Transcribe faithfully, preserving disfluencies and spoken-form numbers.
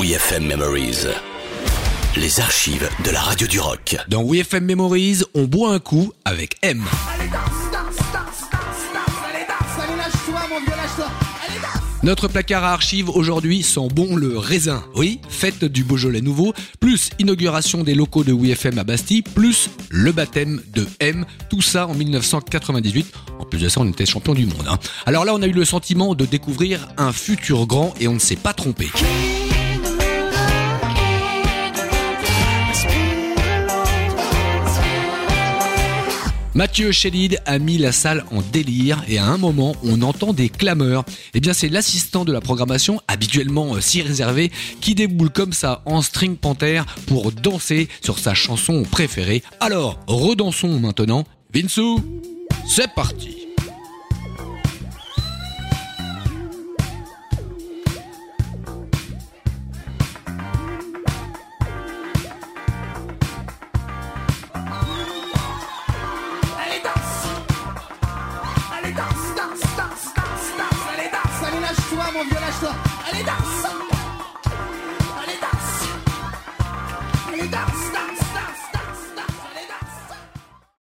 We F M Memories. Les archives de la radio du rock. Dans We F M Memories, on boit un coup avec M. Allez, danse, danse, danse, danse, danse, allez, danse, allez, lâche-toi, mon vieux, lâche-toi, allez, danse. Notre placard à archives aujourd'hui sent bon le raisin. Oui, fête du Beaujolais nouveau, plus inauguration des locaux de We F M à Bastille, plus le baptême de M. Tout ça en dix-neuf cent quatre-vingt-dix-huit. En plus de ça, on était champion du monde. Hein. Alors là, on a eu le sentiment de découvrir un futur grand et on ne s'est pas trompé. Mathieu Chédid a mis la salle en délire et à un moment, on entend des clameurs. Eh bien, c'est l'assistant de la programmation, habituellement si réservé, qui déboule comme ça en string panthère pour danser sur sa chanson préférée. Alors, redansons maintenant. Vinsou, c'est parti. Allez, danse, danse, danse, danse, danse, allez, danse, allez, lâche-toi, mon vieux, lâche-toi, allez, danse.